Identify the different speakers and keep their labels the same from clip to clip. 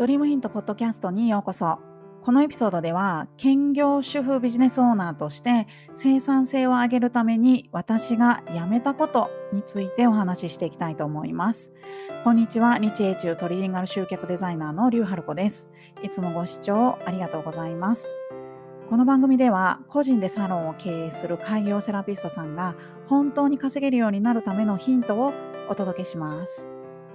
Speaker 1: ドリームヒントポッドキャストにようこそ。このエピソードでは、兼業主婦ビジネスオーナーとして生産性を上げるために私がやめたことについてお話ししていきたいと思います。こんにちは、日英中トリリンガル集客デザイナーの劉春子です。いつもご視聴ありがとうございます。この番組では、個人でサロンを経営する開業セラピストさんが本当に稼げるようになるためのヒントをお届けします。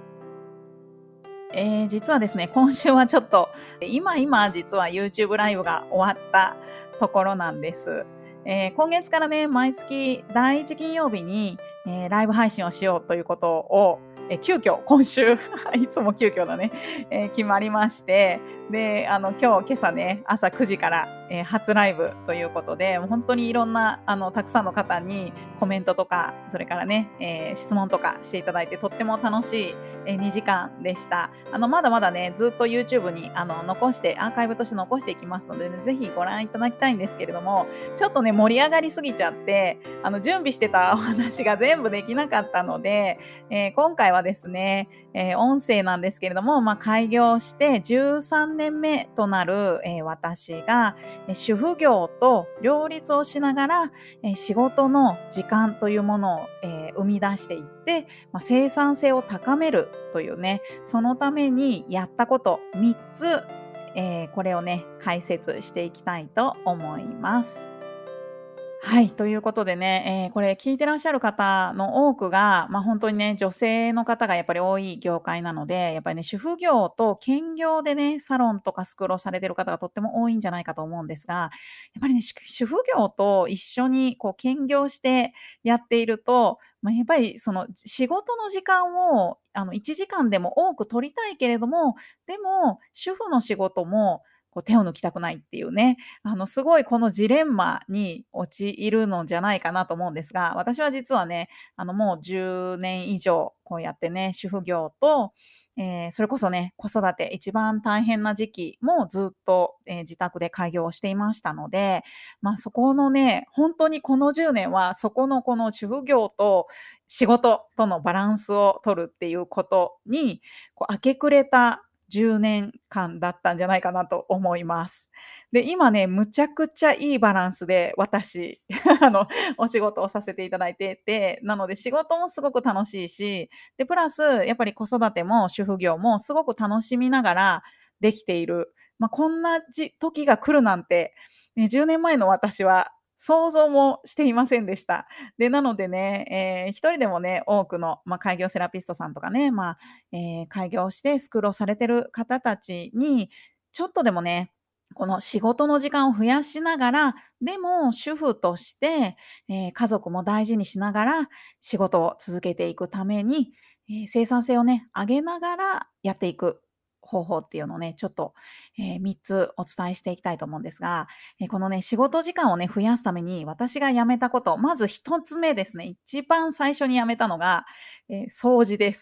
Speaker 1: 実はですね、今週はちょっと、今実は YouTube ライブが終わったところなんです。今月からね、毎月第1金曜日に、ライブ配信をしようということを、急遽今週いつも急遽だね、決まりまして、で、今朝ね、朝9時から、初ライブということで、もう本当にいろんな、たくさんの方にコメントとか、それからね、質問とかしていただいて、とっても楽しい2時間でした。まだまだね、ずっと YouTube に残して、アーカイブとして残していきますのでね、ぜひご覧いただきたいんですけれども、ちょっとね、盛り上がりすぎちゃって、準備してたお話が全部できなかったので、今回はですね、音声なんですけれども、開業して13年目となる、私が、主婦業と両立をしながら、仕事の時間というものを、生み出していって、生産性を高めるというね、そのためにやったこと3つ、これをね、解説していきたいと思います。はい、ということでね、これ聞いてらっしゃる方の多くが、本当にね、女性の方がやっぱり多い業界なので、やっぱりね、主婦業と兼業でね、サロンとかスクールをされてる方がとっても多いんじゃないかと思うんですが、やっぱりね、主婦業と一緒にこう兼業してやっていると、やっぱりその仕事の時間を1時間でも多く取りたいけれども、でも主婦の仕事もこう手を抜きたくないっていうね、すごいこのジレンマに陥るのじゃないかなと思うんですが、私は実はね、もう10年以上こうやってね、主婦業と、それこそね、子育て一番大変な時期もずっと、自宅で開業をしていましたので、そこのね、本当にこの10年はそこのこの主婦業と仕事とのバランスを取るっていうことに、こう明け暮れた10年間だったんじゃないかなと思います。で、今ね、むちゃくちゃいいバランスで私、あの、お仕事をさせていただいてて、なので仕事もすごく楽しいし、で、プラスやっぱり子育ても主婦業もすごく楽しみながらできている。こんな時が来るなんて、ね、10年前の私は想像もしていませんでした。で、なのでね、一人でもね、多くの、開業セラピストさんとかね、開業してスクールをされてる方たちに、ちょっとでもね、この仕事の時間を増やしながら、でも主婦として、家族も大事にしながら仕事を続けていくために、生産性をね、上げながらやっていく方法っていうのをね、ちょっと、3つお伝えしていきたいと思うんですが、このね、仕事時間をね、増やすために私が辞めたこと、まず1つ目ですね、一番最初に辞めたのが、掃除です。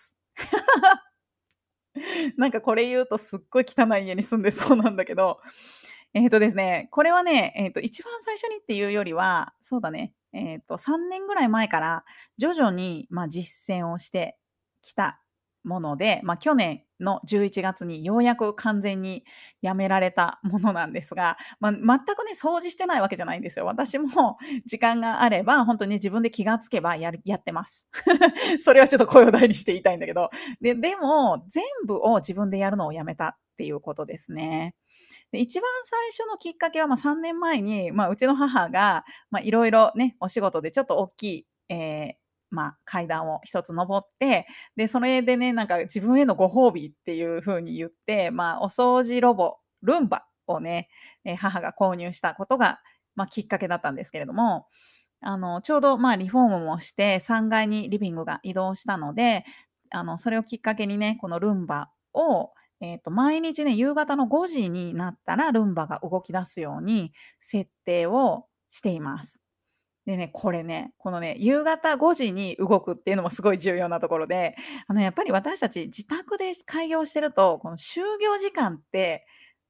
Speaker 1: なんかこれ言うとすっごい汚い家に住んでそうなんだけど、ですね、これはね、一番最初にっていうよりは、そうだね、3年ぐらい前から徐々に、実践をしてきたもので、去年の11月にようやく完全にやめられたものなんですが、全くね、掃除してないわけじゃないんですよ。私も時間があれば、本当に自分で気がつけばやってます。それはちょっと声を大にして言いたいんだけど。でも、全部を自分でやるのをやめたっていうことですね。で、一番最初のきっかけは、3年前に、うちの母が、いろいろね、お仕事でちょっと大きい、階段を一つ登って、で、それでね、なんか自分へのご褒美っていう風に言って、お掃除ロボ、ルンバをね、母が購入したことが、きっかけだったんですけれども、ちょうど、リフォームもして3階にリビングが移動したので、それをきっかけにね、このルンバを毎日ね、夕方の5時になったらルンバが動き出すように設定をしています。でね、これね、このね、夕方5時に動くっていうのもすごい重要なところで、やっぱり私たち自宅で開業してると、この就業時間って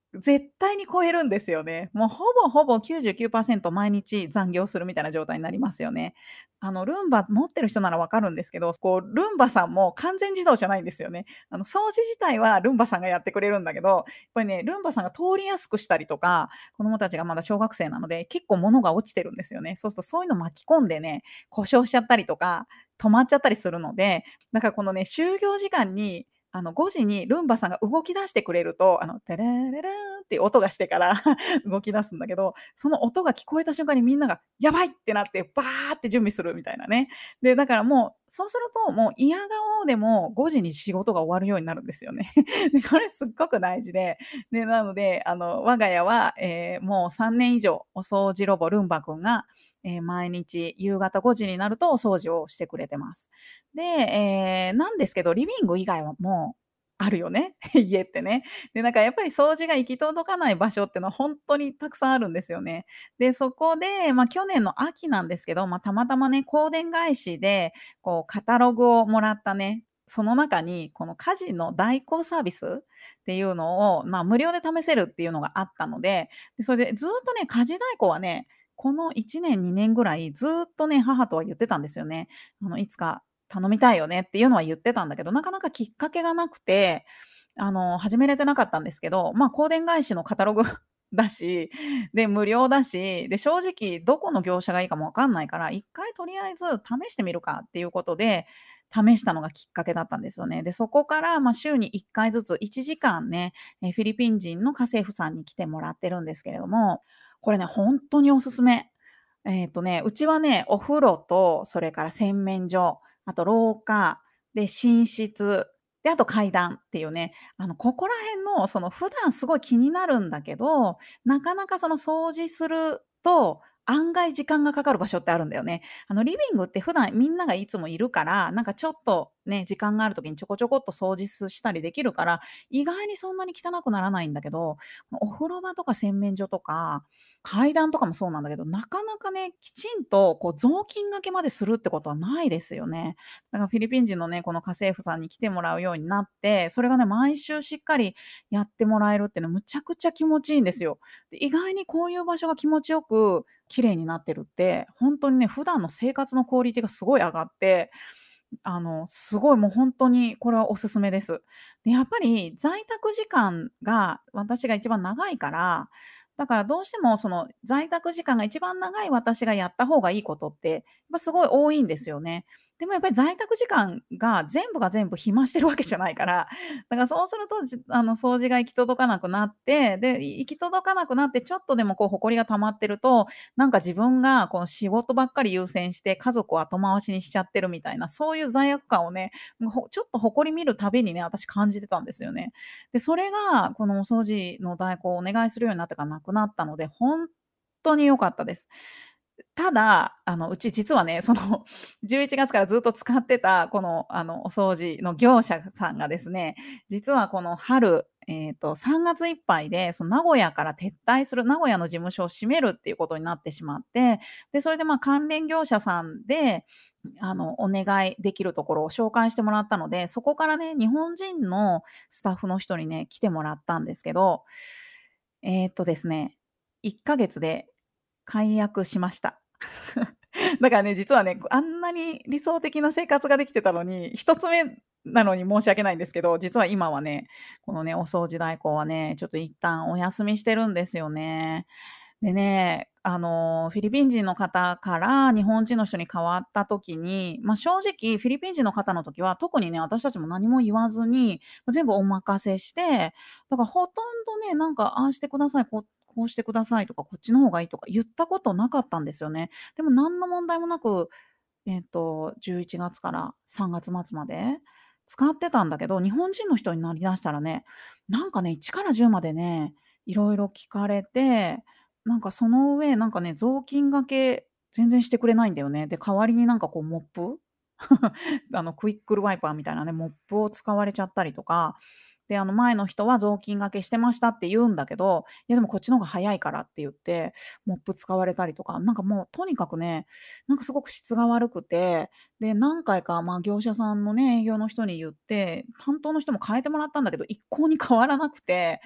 Speaker 1: 絶対に超えるんですよね。もうほぼほぼ99%毎日残業するみたいな状態になりますよね。ルンバ持ってる人ならわかるんですけど、こう、ルンバさんも完全自動じゃないんですよね。掃除自体はルンバさんがやってくれるんだけど、やっぱりね、ルンバさんが通りやすくしたりとか、子供たちがまだ小学生なので、結構物が落ちてるんですよね。そうするとそういうの巻き込んでね、故障しちゃったりとか、止まっちゃったりするので、だからこのね、就業時間に5時にルンバさんが動き出してくれると、テレレレーンっていう音がしてから動き出すんだけど、その音が聞こえた瞬間にみんながやばいってなって、バーって準備するみたいなね。で、だからもう、そうすると、もう嫌顔でも5時に仕事が終わるようになるんですよね。で、これすっごく大事で、で、なので、我が家は、もう3年以上、お掃除ロボルンバくんが、毎日夕方5時になるとお掃除をしてくれてます。で、なんですけど、リビング以外はもうあるよね、家ってね。で、なんかやっぱり掃除が行き届かない場所っていうのはほんとにたくさんあるんですよね。で、そこで、去年の秋なんですけど、たまたまね、香典返しで、こうカタログをもらったね、その中にこの家事の代行サービスっていうのを、無料で試せるっていうのがあったので、で、それでずっとね、家事代行はね、この1年、2年ぐらいずっとね、母とは言ってたんですよね。いつか頼みたいよねっていうのは言ってたんだけど、なかなかきっかけがなくて、始めれてなかったんですけど、香典返しのカタログだし、で、無料だし、で、正直どこの業者がいいかもわかんないから、一回とりあえず試してみるかっていうことで、試したのがきっかけだったんですよね。で、そこから、週に1回ずつ1時間ね、フィリピン人の家政婦さんに来てもらってるんですけれども、これね、ほんとにおすすめ。うちはね、お風呂と、それから洗面所、あと廊下、で、寝室、で、あと階段っていうね、ここら辺の、普段すごい気になるんだけど、なかなかその掃除すると、案外時間がかかる場所ってあるんだよね。リビングって普段みんながいつもいるから、なんかちょっとね、時間がある時にちょこちょこっと掃除したりできるから、意外にそんなに汚くならないんだけど、お風呂場とか洗面所とか階段とかもそうなんだけど、なかなかね、きちんとこう雑巾掛けまでするってことはないですよね。だからフィリピン人のね、この家政婦さんに来てもらうようになって、それがね、毎週しっかりやってもらえるってね、むちゃくちゃ気持ちいいんですよ。で、意外にこういう場所が気持ちよく綺麗になってるって、ほんとにね、普段の生活のクオリティがすごい上がって、すごいもうほんとにこれはおすすめです。で、やっぱり在宅時間が私が一番長いから、だからどうしてもその在宅時間が一番長い私がやった方がいいことって、すごい多いんですよね。でもやっぱり在宅時間が全部が全部暇してるわけじゃないから、だからそうすると、掃除が行き届かなくなって、で、行き届かなくなってちょっとでもこう埃が溜まってると、なんか自分がこの仕事ばっかり優先して家族を後回しにしちゃってるみたいな、そういう罪悪感をね、ちょっと埃見るたびにね、私感じてたんですよね。で、それがこのお掃除の代行をお願いするようになってからなくなったので、ほんとに良かったです。ただ、うち実はね、その11月からずっと使ってた、この、お掃除の業者さんがですね、実はこの春、3月いっぱいで、その名古屋から撤退する、名古屋の事務所を閉めるっていうことになってしまって、で、それで、関連業者さんで、お願いできるところを紹介してもらったので、そこからね、日本人のスタッフの人にね、来てもらったんですけど、ですね、1ヶ月で解約しました。だからね、実はね、あんなに理想的な生活ができてたのに、一つ目なのに申し訳ないんですけど、実は今はね、このね、お掃除代行はね、ちょっと一旦お休みしてるんですよね。でね、フィリピン人の方から日本人の人に変わった時に、正直フィリピン人の方の時は、特にね、私たちも何も言わずに、全部お任せして、だからほとんどね、なんか、ああしてください、こうしてくださいとか、こっちの方がいいとか言ったことなかったんですよね。でも何の問題もなく、11月から3月末まで使ってたんだけど、日本人の人になりだしたらね、なんかね、1から10までね、いろいろ聞かれて、なんかその上、なんかね、雑巾掛け全然してくれないんだよね。で、代わりになんかこうモップクイックルワイパーみたいなね、モップを使われちゃったりとか、で、前の人は雑巾掛けしてましたって言うんだけど、いやでもこっちの方が早いからって言って、モップ使われたりとか、なんかもうとにかくね、なんかすごく質が悪くて、で、何回か、業者さんのね、営業の人に言って、担当の人も変えてもらったんだけど、一向に変わらなくて、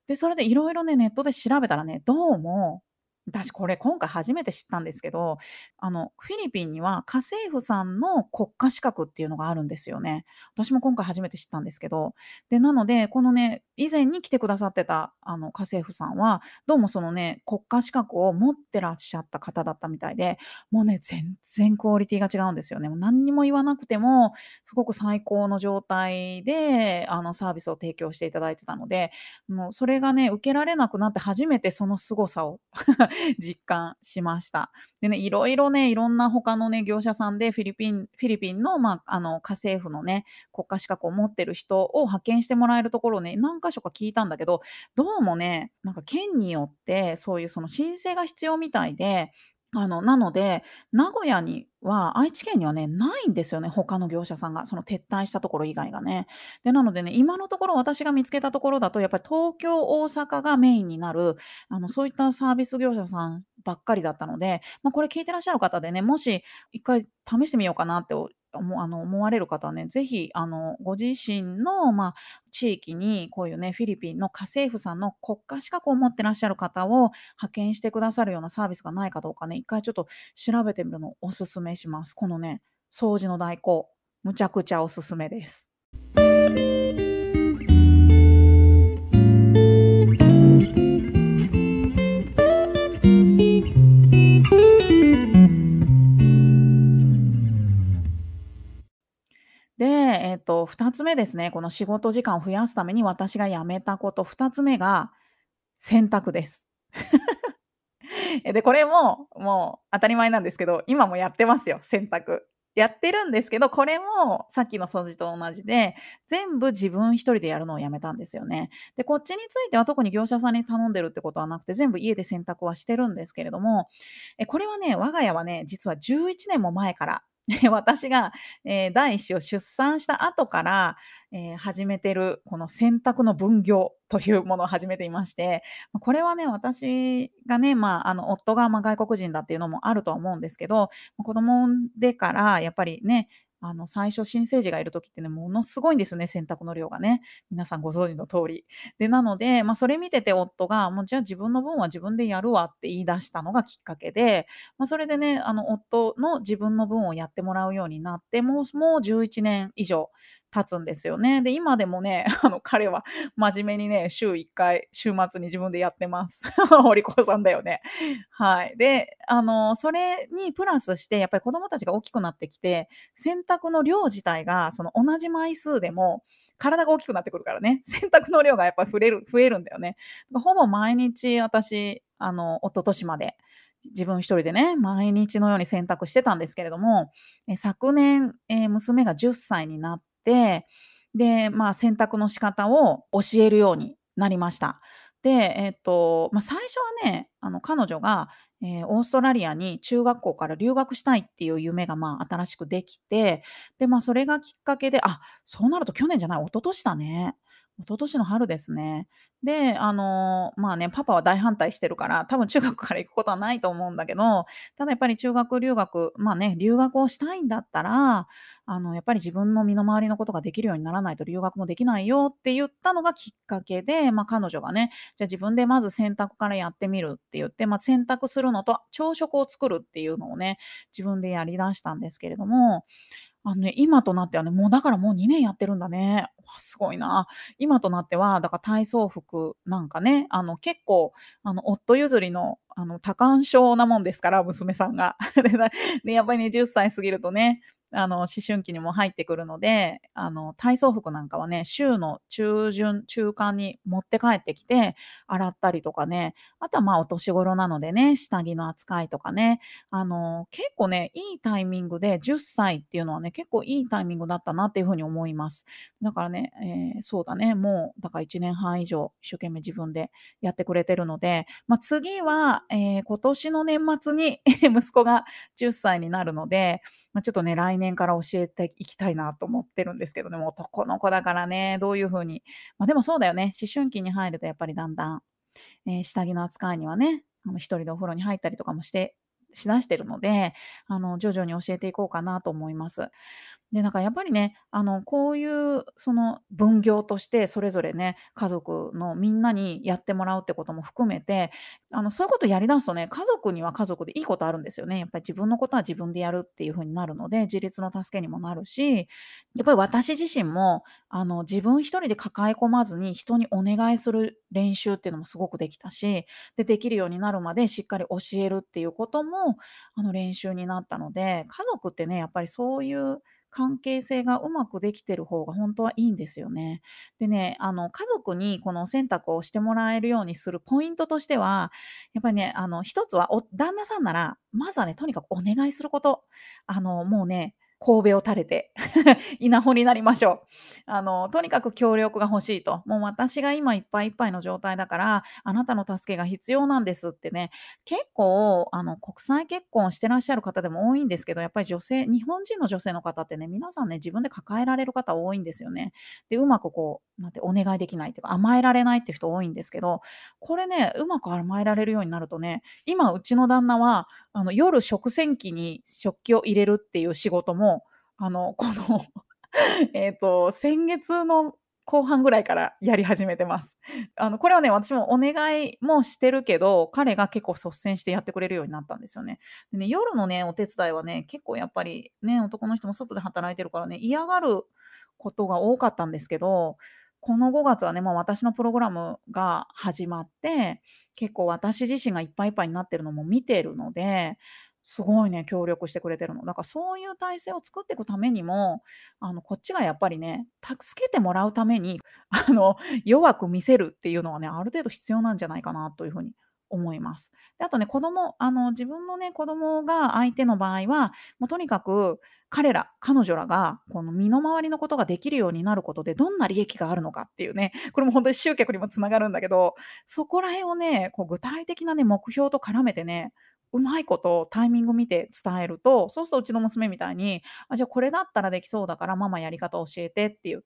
Speaker 1: で、それでいろいろね、ネットで調べたらね、どうも、私これ今回初めて知ったんですけど、フィリピンには家政婦さんの国家資格っていうのがあるんですよね。私も今回初めて知ったんですけど。で、なので、このね、以前に来てくださってた、家政婦さんは、どうもそのね、国家資格を持ってらっしゃった方だったみたいで、もうね、全然クオリティが違うんですよね。もう何にも言わなくても、すごく最高の状態で、サービスを提供していただいてたので、もうそれがね、受けられなくなって初めてその凄さを実感しました。でね、いろいろね、いろんな他のね、業者さんでフィリピンの、家政婦のね、国家資格を持ってる人を派遣してもらえるところをね、何箇所か聞いたんだけど、どうもね、なんか県によって、そういうその申請が必要みたいで、なので、名古屋には愛知県にはね、ないんですよね、他の業者さんが、その撤退したところ以外がね。で、なのでね、今のところ私が見つけたところだと、やっぱり東京、大阪がメインになる、そういったサービス業者さんばっかりだったので、これ聞いてらっしゃる方でね、もし一回試してみようかなって思われる方はね、ぜひ、ご自身の、地域にこういうね、フィリピンの家政婦さんの国家資格を持ってらっしゃる方を派遣してくださるようなサービスがないかどうかね、一回ちょっと調べてみるのをお勧めします。このね、掃除の代行、むちゃくちゃおすすめです。で、2つ目ですね、この仕事時間を増やすために私がやめたこと、2つ目が洗濯です。で、これも、もう当たり前なんですけど、今もやってますよ、洗濯。やってるんですけど、これもさっきの掃除と同じで、全部自分一人でやるのをやめたんですよね。で、こっちについては特に業者さんに頼んでるってことはなくて、全部家で洗濯はしてるんですけれども、これはね、我が家はね、実は11年も前から、私が、第一子を出産した後から、始めてるこの洗濯の分業というものを始めていまして、これはね、私がね、夫が、外国人だっていうのもあるとは思うんですけど、子供産んでからやっぱりね、最初新生児がいる時ってね、ものすごいんですよね、洗濯の量がね。皆さんご存知の通り。で、なので、それ見てて夫が、もうじゃあ自分の分は自分でやるわって言い出したのがきっかけで、それでね、夫の自分の分をやってもらうようになって、もう11年以上経つんですよね。で、今でもね、彼は真面目にね、週1回、週末に自分でやってます。お利口さんだよね。はい。で、それにプラスして、やっぱり子供たちが大きくなってきて、洗濯の量自体が、その同じ枚数でも、体が大きくなってくるからね、洗濯の量がやっぱり増えるんだよね。ほぼ毎日私、一昨年まで自分一人でね、毎日のように洗濯してたんですけれども、昨年、娘が10歳になって、で、洗濯の仕方を教えるようになりました。で、最初はね、彼女が、オーストラリアに中学校から留学したいっていう夢が、新しくできて、で、それがきっかけで、そうなると去年じゃない、一昨年だね。一昨年の春ですね。で、パパは大反対してるから、多分中学から行くことはないと思うんだけど、ただやっぱり中学留学、留学をしたいんだったら、やっぱり自分の身の回りのことができるようにならないと留学もできないよって言ったのがきっかけで、彼女がね、じゃあ自分でまず洗濯からやってみるって言って、洗濯するのと朝食を作るっていうのをね、自分でやり出したんですけれども、今となってはね、もうだからもう2年やってるんだね。わ、すごいな。今となっては、だから体操服なんかね、結構、夫譲りの、多感症なもんですから、娘さんが。で、やっぱりね、10歳過ぎるとね、思春期にも入ってくるので、体操服なんかはね、週の中間に持って帰ってきて、洗ったりとかね、あとは、お年頃なのでね、下着の扱いとかね、結構ね、いいタイミングで10歳っていうのはね、結構いいタイミングだったなっていう風に思います。だからね、そうだね、もうだから1年半以上一生懸命自分でやってくれてるので、次は、今年の年末に息子が10歳になるので、ちょっとね、来年から教えていきたいなと思ってるんですけどね、もう男の子だからね、どういう風に、でもそうだよね、思春期に入るとやっぱりだんだん下着の扱いにはね、一人でお風呂に入ったりとかもしだしてるので、徐々に教えていこうかなと思います。 で、なんかやっぱりね、こういうその分業としてそれぞれね、家族のみんなにやってもらうってことも含めて、そういうことやりだすとね、家族には家族でいいことあるんですよね。やっぱり自分のことは自分でやるっていう風になるので、自立の助けにもなるし、やっぱり私自身も、自分一人で抱え込まずに人にお願いする練習っていうのもすごくできたし、で、できるようになるまでしっかり教えるっていうことも、練習になったので、家族ってね、やっぱりそういう関係性がうまくできてる方が本当はいいんですよね。でね、家族にこの選択をしてもらえるようにするポイントとしては、やっぱりね、一つは旦那さんなら、まずはね、とにかくお願いすること。もうね、頭を垂れて稲穂になりましょう。とにかく協力が欲しいと。もう私が今いっぱいいっぱいの状態だから、あなたの助けが必要なんですってね、結構、国際結婚してらっしゃる方でも多いんですけど、やっぱり日本人の女性の方ってね、皆さんね、自分で抱えられる方多いんですよね。で、うまくこう、なんて、お願いできないっていうか、甘えられないっていう人多いんですけど、これね、うまく甘えられるようになるとね、今うちの旦那は、夜食洗機に食器を入れるっていう仕事も、この先月の後半ぐらいからやり始めてます。これはね、私もお願いもしてるけど、彼が結構率先してやってくれるようになったんですよね。でね、夜のね、お手伝いはね、結構やっぱりね、男の人も外で働いてるからね、嫌がることが多かったんですけど、この5月はね、もう私のプログラムが始まって、結構私自身がいっぱいいっぱいになってるのも見てるので、すごいね、協力してくれてるの。だからそういう体制を作っていくためにも、こっちがやっぱりね、助けてもらうために、あの、弱く見せるっていうのはね、ある程度必要なんじゃないかなという風に思います。で、あとね、自分のね、子供が相手の場合は、もうとにかく彼女らが、この身の回りのことができるようになることで、どんな利益があるのかっていうね、これもほんとに集客にも繋がるんだけど、そこら辺をね、こう具体的なね、目標と絡めてね、うまいことタイミング見て伝えると、そうするとうちの娘みたいに、じゃあこれだったらできそうだからママやり方教えてって言って、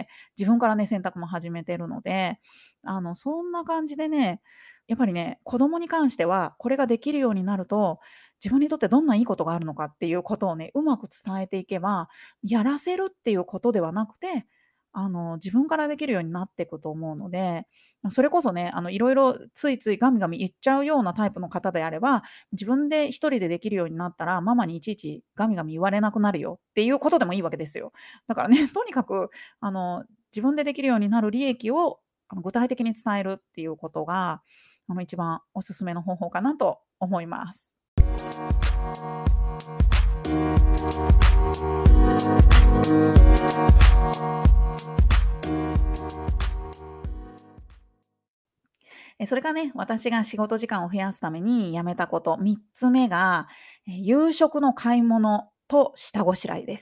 Speaker 1: 自分からね、選択も始めてるので、そんな感じでね、やっぱりね、子供に関しては、これができるようになると、自分にとってどんないいことがあるのかっていうことをね、うまく伝えていけば、やらせるっていうことではなくて、自分からできるようになっていくと思うので、それこそね、いろいろついついガミガミ言っちゃうようなタイプの方であれば、自分で一人でできるようになったら、ママにいちいちガミガミ言われなくなるよっていうことでもいいわけですよ。だからね、とにかく、あの、自分でできるようになる利益を、具体的に伝えるっていうことが、一番おすすめの方法かなと思います。それからね、私が仕事時間を増やすためにやめたこと、3つ目が、夕食の買い物と下ごしらえです。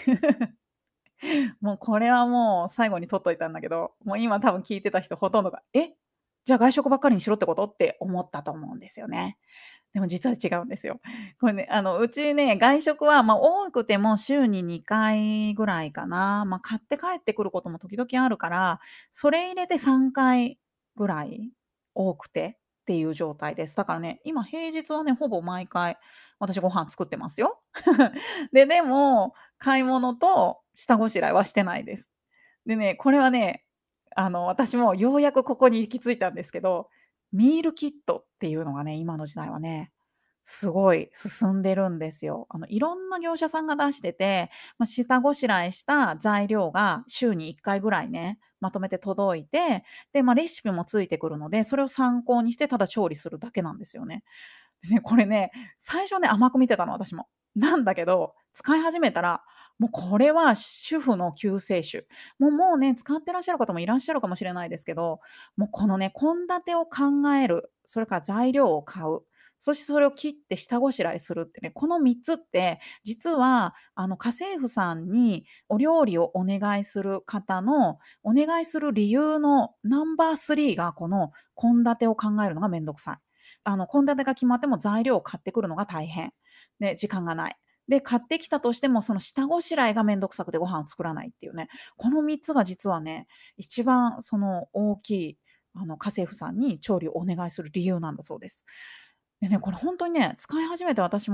Speaker 1: もうこれはもう最後に取っといたんだけど、もう今多分聞いてた人ほとんどが、じゃあ外食ばっかりにしろってこと？って思ったと思うんですよね。でも実は違うんですよ。これね、うちね、外食は、多くても週に2回ぐらいかな。買って帰ってくることも時々あるから、それ入れて3回ぐらい多くてっていう状態です。だからね、今平日はね、ほぼ毎回私ご飯作ってますよ。でも、買い物と下ごしらえはしてないです。でね、これはね、私もようやくここに行き着いたんですけど、ミールキットっていうのがね、今の時代はね、すごい進んでるんですよ。いろんな業者さんが出してて、下ごしらえした材料が週に1回ぐらいね、まとめて届いて、で、レシピもついてくるので、それを参考にしてただ調理するだけなんですよね。でね、これね、最初ね、甘く見てたの、私も。なんだけど、使い始めたら、もうこれは主婦の救世主。もうね、使ってらっしゃる方もいらっしゃるかもしれないですけど、もうこのね、献立を考える、それから材料を買う、そしてそれを切って下ごしらえするってね、この3つって、実は家政婦さんにお料理をお願いする方の、お願いする理由のナンバー3が、この献立を考えるのがめんどくさい。献立が決まっても材料を買ってくるのが大変。で、時間がない。で、買ってきたとしても、その下ごしらえがめんどくさくてご飯を作らないっていうね。この3つが実はね、一番その大きい、家政婦さんに調理をお願いする理由なんだそうです。でね、これほんとにね、使い始めて私も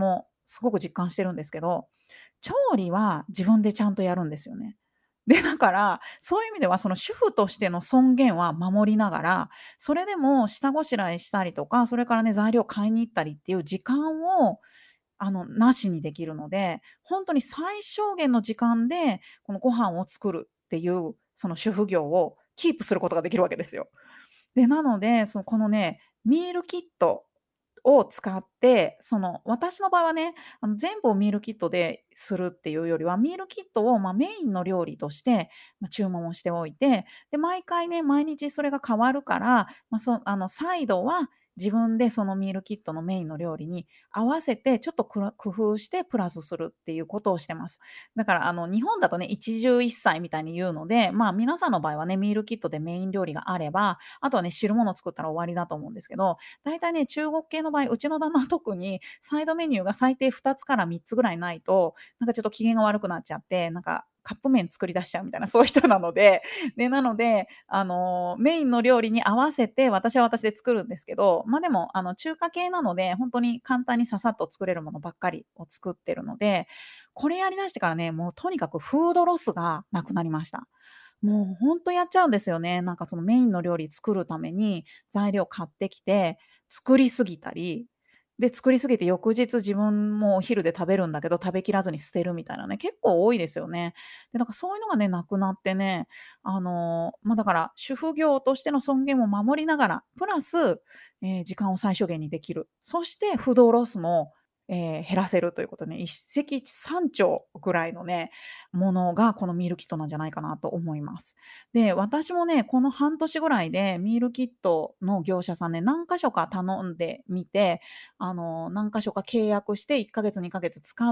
Speaker 1: すごく実感してるんですけど、調理は自分でちゃんとやるんですよね。で、だから、そういう意味ではその主婦としての尊厳は守りながら、それでも下ごしらえしたりとか、それからね、材料買いに行ったりっていう時間をなしにできるので、ほんとに最小限の時間で、このご飯を作るっていう、その主婦業をキープすることができるわけですよ。で、なので、このね、ミールキットを使って、私の場合はね、全部をミールキットでするっていうよりは、ミールキットを、メインの料理として、注文をしておいて、で、毎回ね、毎日それが変わるから、サイドは自分でそのミールキットのメインの料理に合わせて、ちょっと工夫してプラスするっていうことをしてます。だから、日本だとね、一汁一菜みたいに言うので、皆さんの場合はね、ミールキットでメイン料理があれば、あとはね、汁物作ったら終わりだと思うんですけど、大体ね、中国系の場合、うちの旦那は特にサイドメニューが最低2つから3つぐらいないと、なんかちょっと機嫌が悪くなっちゃって、なんかカップ麺作り出しちゃうみたいな、そういう人なので、で、なので、メインの料理に合わせて私は私で作るんですけど、でも、中華系なので、ほんとに簡単にささっと作れるものばっかりを作ってるので、これやりだしてからね、もうとにかくフードロスがなくなりました。もうほんとやっちゃうんですよね。なんかそのメインの料理作るために材料買ってきて、作りすぎたり、で、作りすぎて翌日自分もお昼で食べるんだけど、食べきらずに捨てるみたいなね、結構多いですよね。で、なんかそういうのがね、なくなってね、だから主婦業としての尊厳を守りながら、プラス、時間を最小限にできる。そしてフードロスも、減らせるということね、一石三鳥ぐらいのね、ものがこのミールキットなんじゃないかなと思います。で、私もね、この半年ぐらいでミールキットの業者さんね、何箇所か頼んでみて、何箇所か契約して1ヶ月、2ヶ月使って、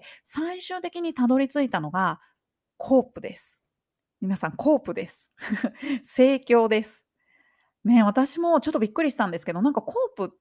Speaker 1: 最終的にたどり着いたのがコープです。皆さんコープです。生協です。ね、私もちょっとびっくりしたんですけど、なんかコープって、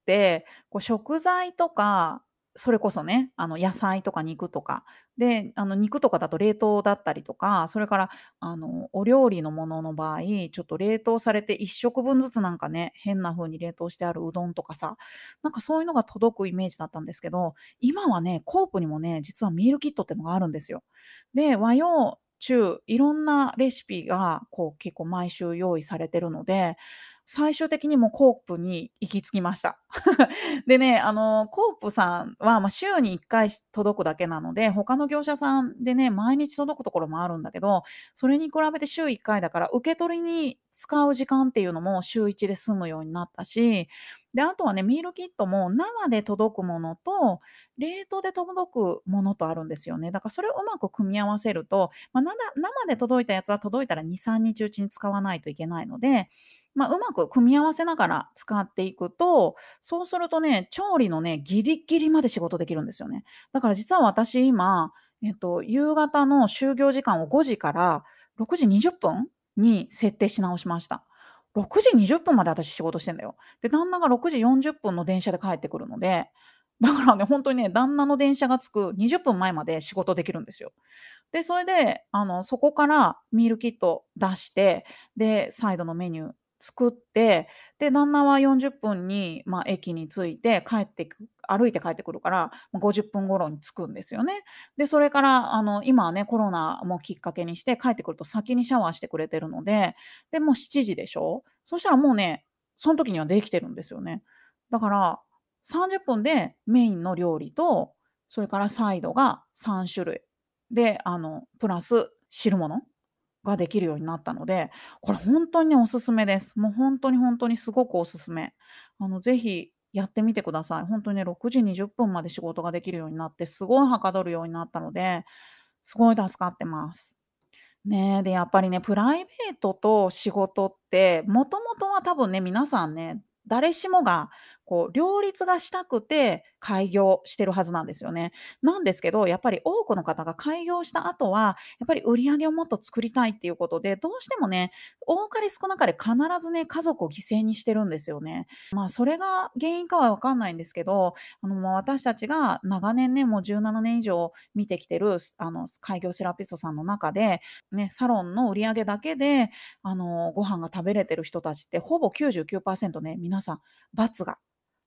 Speaker 1: こう食材とか、それこそね、野菜とか肉とか、で、肉とかだと冷凍だったりとか、それから、お料理のものの場合、ちょっと冷凍されて1食分ずつなんかね、変な風に冷凍してあるうどんとかさ、なんかそういうのが届くイメージだったんですけど、今はね、コープにもね、実はミールキットってのがあるんですよ。で、和洋中、いろんなレシピが、こう、結構毎週用意されてるので、最終的にもうコープに行き着きました。でね、コープさんは、週に1回届くだけなので、他の業者さんでね、毎日届くところもあるんだけど、それに比べて週1回だから、受け取りに使う時間っていうのも週1で済むようになったし、で、あとはね、ミールキットも生で届くものと、冷凍で届くものとあるんですよね。だからそれをうまく組み合わせると、生で届いたやつは届いたら2、3日うちに使わないといけないので、うまく組み合わせながら使っていくと、そうするとね、調理のね、ギリギリまで仕事できるんですよね。だから実は私今、夕方の就業時間を5時から6時20分に設定し直しました。6時20分まで私仕事してんだよ。で、旦那が6時40分の電車で帰ってくるので、だからね、ほんとにね、旦那の電車が着く20分前まで仕事できるんですよ。で、それで、そこからミールキット出して、で、サイドのメニュー作って、で、旦那は40分に、駅に着いて歩いて帰ってくるから、50分頃に着くんですよね。で、それから、今はね、コロナもきっかけにして、帰ってくると先にシャワーしてくれてるので、で、もう7時でしょ。そしたらもうね、そん時にはできてるんですよね。だから、30分でメインの料理と、それからサイドが3種類。で、プラス汁物ができるようになったので、これほんとにね、おすすめです。もうほんとにほんとにすごくおすすめ。ぜひやってみてください。ほんとにね、6時20分まで仕事ができるようになって、すごいはかどるようになったので、すごい助かってます。ねえ、で、やっぱりね、プライベートと仕事って、もともとは多分ね、皆さんね、誰しもがこう両立がしたくて開業してるはずなんですよね。なんですけど、やっぱり多くの方が開業した後は、やっぱり売り上げをもっと作りたいっていうことで、どうしてもね、多かれ少なかれ必ずね、家族を犠牲にしてるんですよね。それが原因かはわかんないんですけど、私たちが長年ね、もう17年以上見てきてる、開業セラピストさんの中で、ね、サロンの売り上げだけで、ご飯が食べれてる人たちってほぼ99%ね、皆さん、×が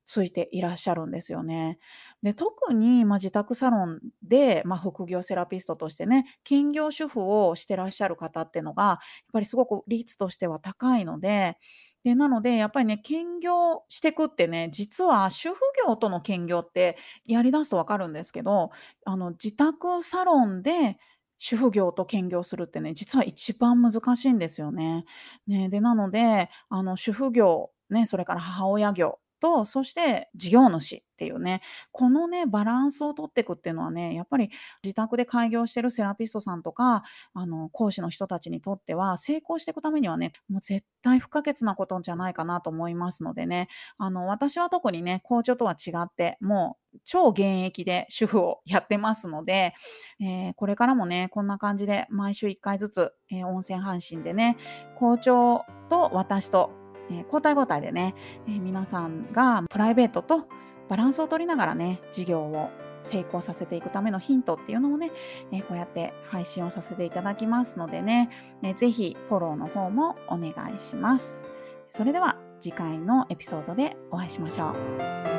Speaker 1: ついていらっしゃるんですよね。で、特に、自宅サロンで、副業セラピストとしてね、兼業主婦をしてらっしゃる方ってのが、やっぱりすごく率としては高いので、で、なので、やっぱりね、兼業してくってね、実は主婦業との兼業ってやり出すと分かるんですけど、自宅サロンで主婦業と兼業するってね、実は一番難しいんですよね。ね、で、なので、主婦業、ね、それから母親業と、そして事業主っていうね、このね、バランスを取っていくっていうのはね、やっぱり自宅で開業してるセラピストさんとか、講師の人たちにとっては、成功していくためにはね、もう絶対不可欠なことじゃないかなと思いますのでね、私は特にね、校長とは違って、もう超現役で主婦をやってますので、これからもね、こんな感じで毎週1回ずつ、音声配信でね、校長と私と、交代交代でね、皆さんがプライベートとバランスを取りながらね、事業を成功させていくためのヒントっていうのをね、こうやって配信をさせていただきますのでね、ぜひフォローの方もお願いします。それでは次回のエピソードでお会いしましょう。